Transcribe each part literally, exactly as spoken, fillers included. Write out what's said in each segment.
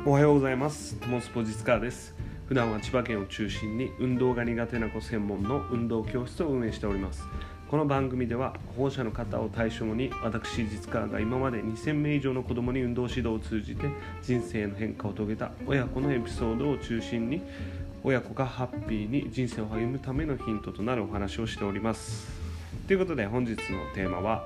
おはようございます。トモスポジツカーです。普段は千葉県を中心に運動が苦手な子専門の運動教室を運営しております。この番組では保護者の方を対象に私実カーが今までにせんめい以上の子どもに運動指導を通じて人生の変化を遂げた親子のエピソードを中心に親子がハッピーに人生を励むためのヒントとなるお話をしております。ということで本日のテーマは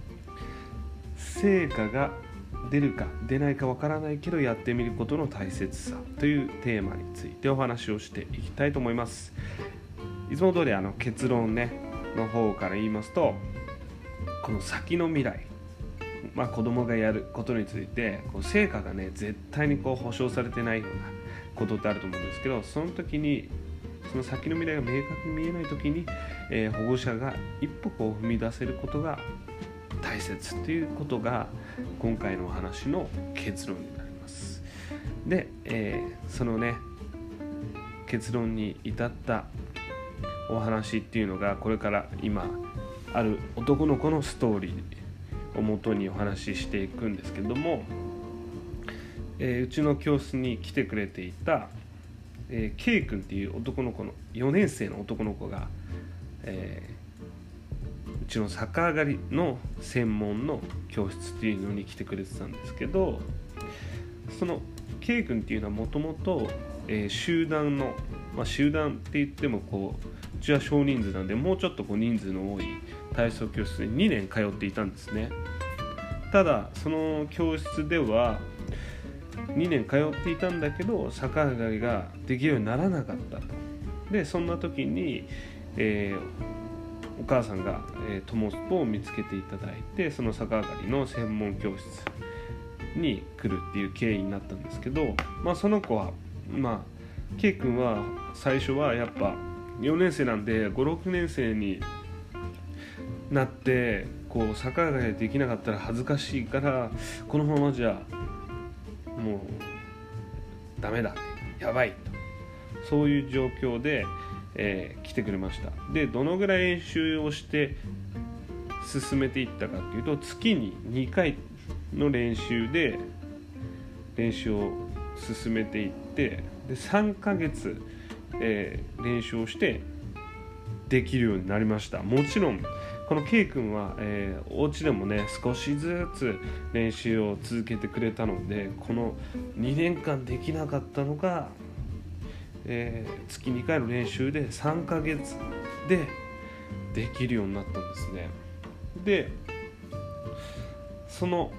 成果が出るか出ないかわからないけどやってみることの大切さというテーマについてお話をしていきたいと思います。いつも通りあの結論ねの方から言いますと、この先の未来、まあ、子供がやることについてこう成果がね絶対にこう保証されてないようなことってあると思うんですけど、その時にその先の未来が明確に見えない時に、えー、保護者が一歩こう踏み出せることが大切ということが今回のお話の結論になります。で、えー、そのね結論に至ったお話っていうのがこれから今ある男の子のストーリーをもとにお話ししていくんですけども、えー、うちの教室に来てくれていた、えー、K 君っていう男の子のよねん生の男の子が、えーうちの逆上がりの専門の教室っていうのに来てくれてたんですけど、その K 君っていうのはもともと集団の、まあ、集団って言ってもこううちは少人数なんでもうちょっとこう人数の多い体操教室ににねん通っていたんですね。ただその教室ではにねん通っていたんだけど逆上がりができるようにならなかったと。でそんな時に、えーお母さんが、えー、トモスポを見つけていただいてその逆上がりの専門教室に来るっていう経緯になったんですけど、まあ、その子はまあ K 君は最初はやっぱよねん生なんでご、ろくねん生になってこう逆上がりできなかったら恥ずかしいからこのままじゃもうダメだやばいとそういう状況でえー、来てくれました。でどのぐらい練習をして進めていったかっていうと月ににかいの練習で練習を進めていってでさんかげつ、えー、練習をしてできるようになりました。もちろんこの K 君は、えー、お家でもね少しずつ練習を続けてくれたのでこのにねんかんできなかったのがえー、月にかいの練習でさんかげつでできるようになったんですね。でその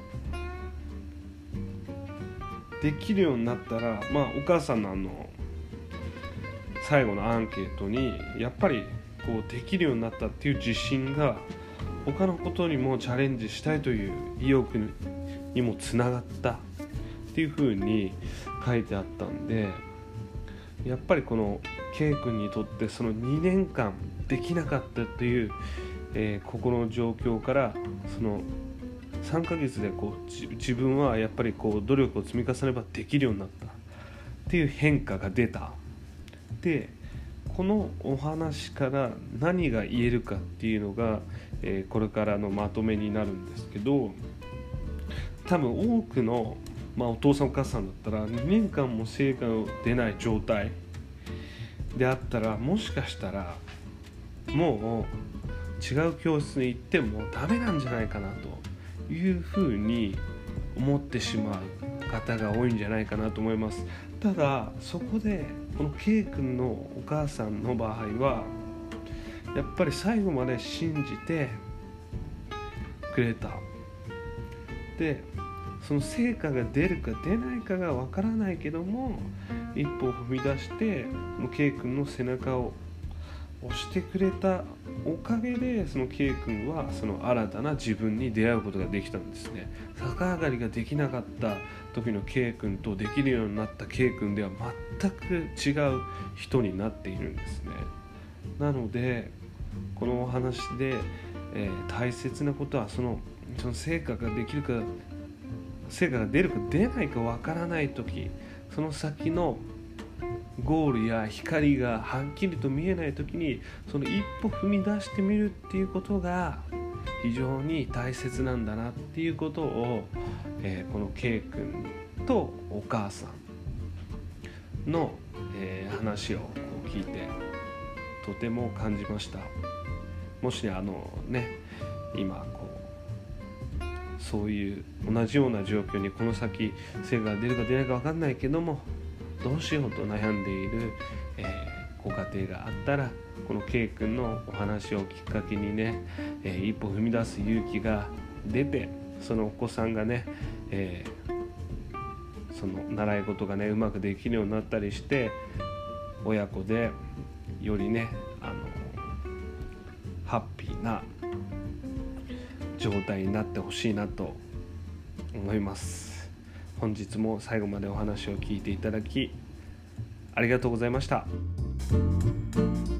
できるようになったら、まあ、お母さんのあの最後のアンケートにやっぱりこうできるようになったっていう自信が他のことにもチャレンジしたいという意欲にもつながったっていうふうに書いてあったんで、やっぱりこの K 君にとってそのにねんかんできなかったっていう、えー、心の状況からそのさんかげつでこう自分はやっぱりこう努力を積み重ねればできるようになったっていう変化が出た。でこのお話から何が言えるかっていうのが、えー、これからのまとめになるんですけど、多分多くのまあ、お父さんお母さんだったらにねんかんも成果が出ない状態であったらもしかしたらもう違う教室に行ってもダメなんじゃないかなというふうに思ってしまう方が多いんじゃないかなと思います。ただそこでこの K 君のお母さんの場合はやっぱり最後まで信じてくれた。でその成果が出るか出ないかがわからないけども一歩を踏み出してこの K 君の背中を押してくれたおかげでその K 君はその新たな自分に出会うことができたんですね。逆上がりができなかった時の K 君とできるようになった K 君では全く違う人になっているんですね。なのでこのお話で、えー、大切なことはその、その成果ができるか成果が出るか出ないかわからないとき、その先のゴールや光がはっきりと見えないときにその一歩踏み出してみるっていうことが非常に大切なんだなっていうことを、えー、この K 君とお母さんの、えー、話をこう聞いてとても感じました。もしあのね今こうそういう同じような状況にこの先成果が出るか出ないか分かんないけどもどうしようと悩んでいる、えー、ご家庭があったらこの K 君のお話をきっかけにね、えー、一歩踏み出す勇気が出てそのお子さんがね、えー、その習い事がねうまくできるようになったりして親子でよりねあのハッピーな状態になってほしいなと思います。本日も最後までお話を聞いていただきありがとうございました。